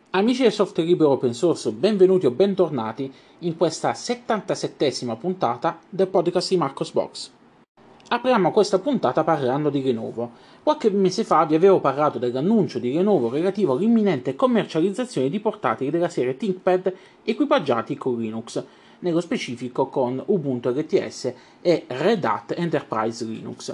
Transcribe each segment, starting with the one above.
Amici del software libero open source, benvenuti o bentornati in questa 77esima puntata del podcast di Marcosbox. Apriamo questa puntata parlando di Lenovo. Qualche mese fa vi avevo parlato dell'annuncio di Lenovo relativo all'imminente commercializzazione di portatili della serie ThinkPad equipaggiati con Linux, nello specifico con Ubuntu LTS e Red Hat Enterprise Linux.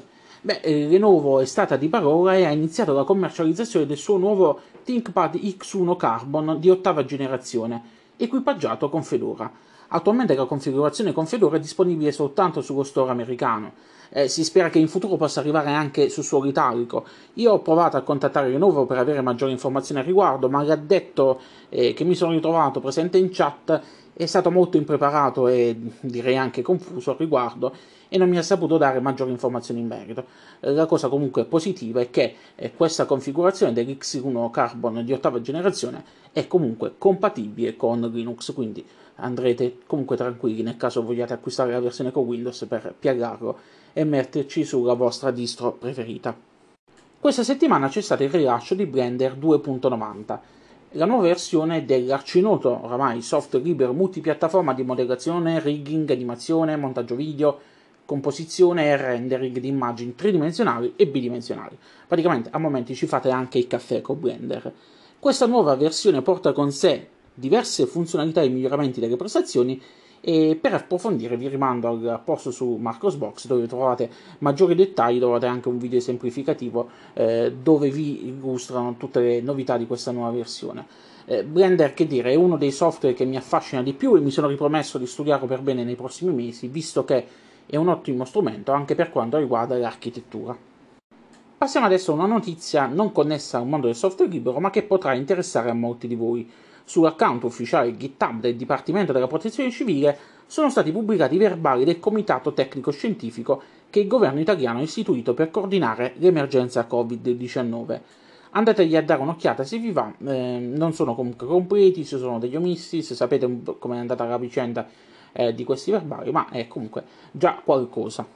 Lenovo è stata di parola e ha iniziato la commercializzazione del suo nuovo ThinkPad X1 Carbon di ottava generazione, equipaggiato con Fedora. Attualmente la configurazione con Fedora è disponibile soltanto sullo store americano. Si spera che in futuro possa arrivare anche su suolo italico. Io ho provato a contattare Lenovo per avere maggiori informazioni al riguardo, ma l'addetto che mi sono ritrovato presente in chat è stato molto impreparato e direi anche confuso al riguardo e non mi ha saputo dare maggiori informazioni in merito. La cosa comunque positiva è che questa configurazione dell'X1 Carbon di ottava generazione è comunque compatibile con Linux, quindi andrete comunque tranquilli nel caso vogliate acquistare la versione con Windows per piagarlo e metterci sulla vostra distro preferita. Questa settimana c'è stato il rilascio di Blender 2.90, la nuova versione dell'arcinoto oramai software libero multipiattaforma di modellazione, rigging, animazione, montaggio video, composizione e rendering di immagini tridimensionali e bidimensionali. Praticamente a momenti ci fate anche il caffè con Blender. Questa nuova versione porta con sé diverse funzionalità e miglioramenti delle prestazioni e per approfondire vi rimando al post su Marcosbox dove trovate maggiori dettagli, trovate anche un video esemplificativo dove vi illustrano tutte le novità di questa nuova versione. Blender, che dire, è uno dei software che mi affascina di più e mi sono ripromesso di studiarlo per bene nei prossimi mesi, visto che è un ottimo strumento anche per quanto riguarda l'architettura. Passiamo adesso a una notizia non connessa al mondo del software libero, ma che potrà interessare a molti di voi. Sull'account ufficiale GitHub del Dipartimento della Protezione Civile sono stati pubblicati i verbali del Comitato Tecnico Scientifico che il governo italiano ha istituito per coordinare l'emergenza Covid-19. Andategli a dare un'occhiata se vi va, non sono comunque completi, se sono degli omissi, se sapete come è andata la vicenda di questi verbali, ma è comunque già qualcosa.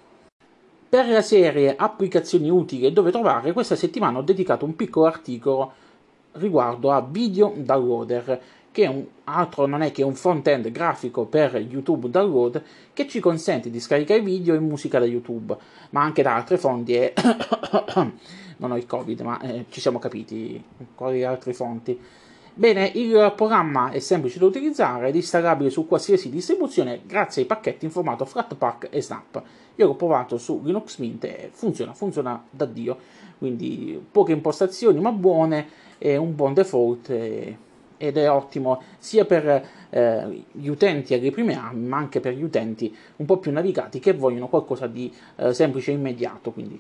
Per la serie applicazioni utili dove trovare, questa settimana ho dedicato un piccolo articolo riguardo a Video Downloader, che altro non è che un front-end grafico per YouTube Download che ci consente di scaricare video e musica da YouTube, ma anche da altre fonti e non ho il Covid, ma ci siamo capiti quali altre fonti. Bene, il programma è semplice da utilizzare ed installabile su qualsiasi distribuzione grazie ai pacchetti in formato Flatpak e Snap. Io l'ho provato su Linux Mint e funziona da Dio, quindi poche impostazioni ma buone, e un buon default ed è ottimo sia per gli utenti alle prime armi ma anche per gli utenti un po' più navigati che vogliono qualcosa di semplice e immediato. Quindi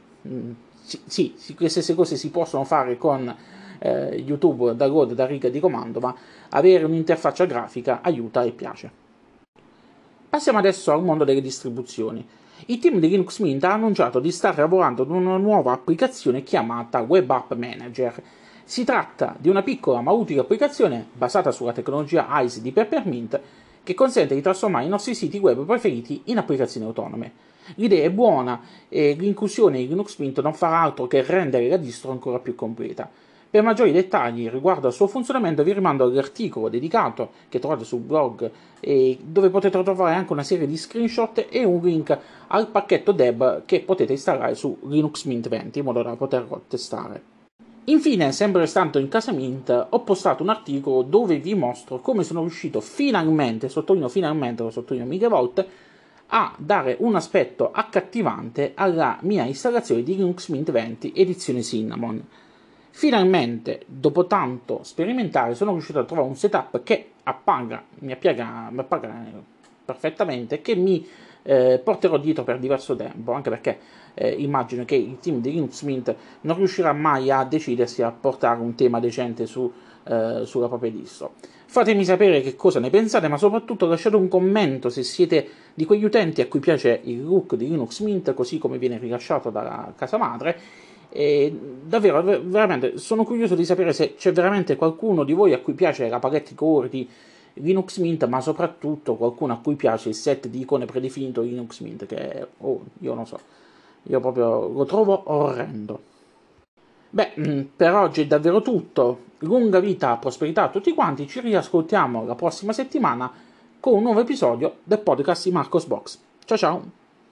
sì, le stesse cose si possono fare con YouTube download da riga di comando, ma avere un'interfaccia grafica aiuta e piace. Passiamo adesso al mondo delle distribuzioni. Il team di Linux Mint ha annunciato di stare lavorando ad una nuova applicazione chiamata Web App Manager. Si tratta di una piccola ma utile applicazione basata sulla tecnologia ICE di Peppermint che consente di trasformare i nostri siti web preferiti in applicazioni autonome. L'idea è buona e l'inclusione in Linux Mint non farà altro che rendere la distro ancora più completa. Per maggiori dettagli riguardo al suo funzionamento vi rimando all'articolo dedicato che trovate sul blog dove potete trovare anche una serie di screenshot e un link al pacchetto Deb che potete installare su Linux Mint 20 in modo da poterlo testare. Infine, sempre restando in casa Mint, ho postato un articolo dove vi mostro come sono riuscito finalmente, sottolineo finalmente, lo sottolineo mille volte, a dare un aspetto accattivante alla mia installazione di Linux Mint 20 edizione Cinnamon. Finalmente, dopo tanto sperimentare, sono riuscito a trovare un setup che mi appaga perfettamente e che mi porterò dietro per diverso tempo, anche perché immagino che il team di Linux Mint non riuscirà mai a decidersi a portare un tema decente sulla propria distro. Fatemi sapere che cosa ne pensate, ma soprattutto lasciate un commento se siete di quegli utenti a cui piace il look di Linux Mint così come viene rilasciato dalla casa madre. E davvero, veramente, sono curioso di sapere se c'è veramente qualcuno di voi a cui piace la palette di colori di Linux Mint, ma soprattutto qualcuno a cui piace il set di icone predefinito Linux Mint, che io non so, io proprio lo trovo orrendo. Per oggi è davvero tutto. Lunga vita, prosperità a tutti quanti. Ci riascoltiamo la prossima settimana con un nuovo episodio del podcast di Marcos Box. Ciao ciao!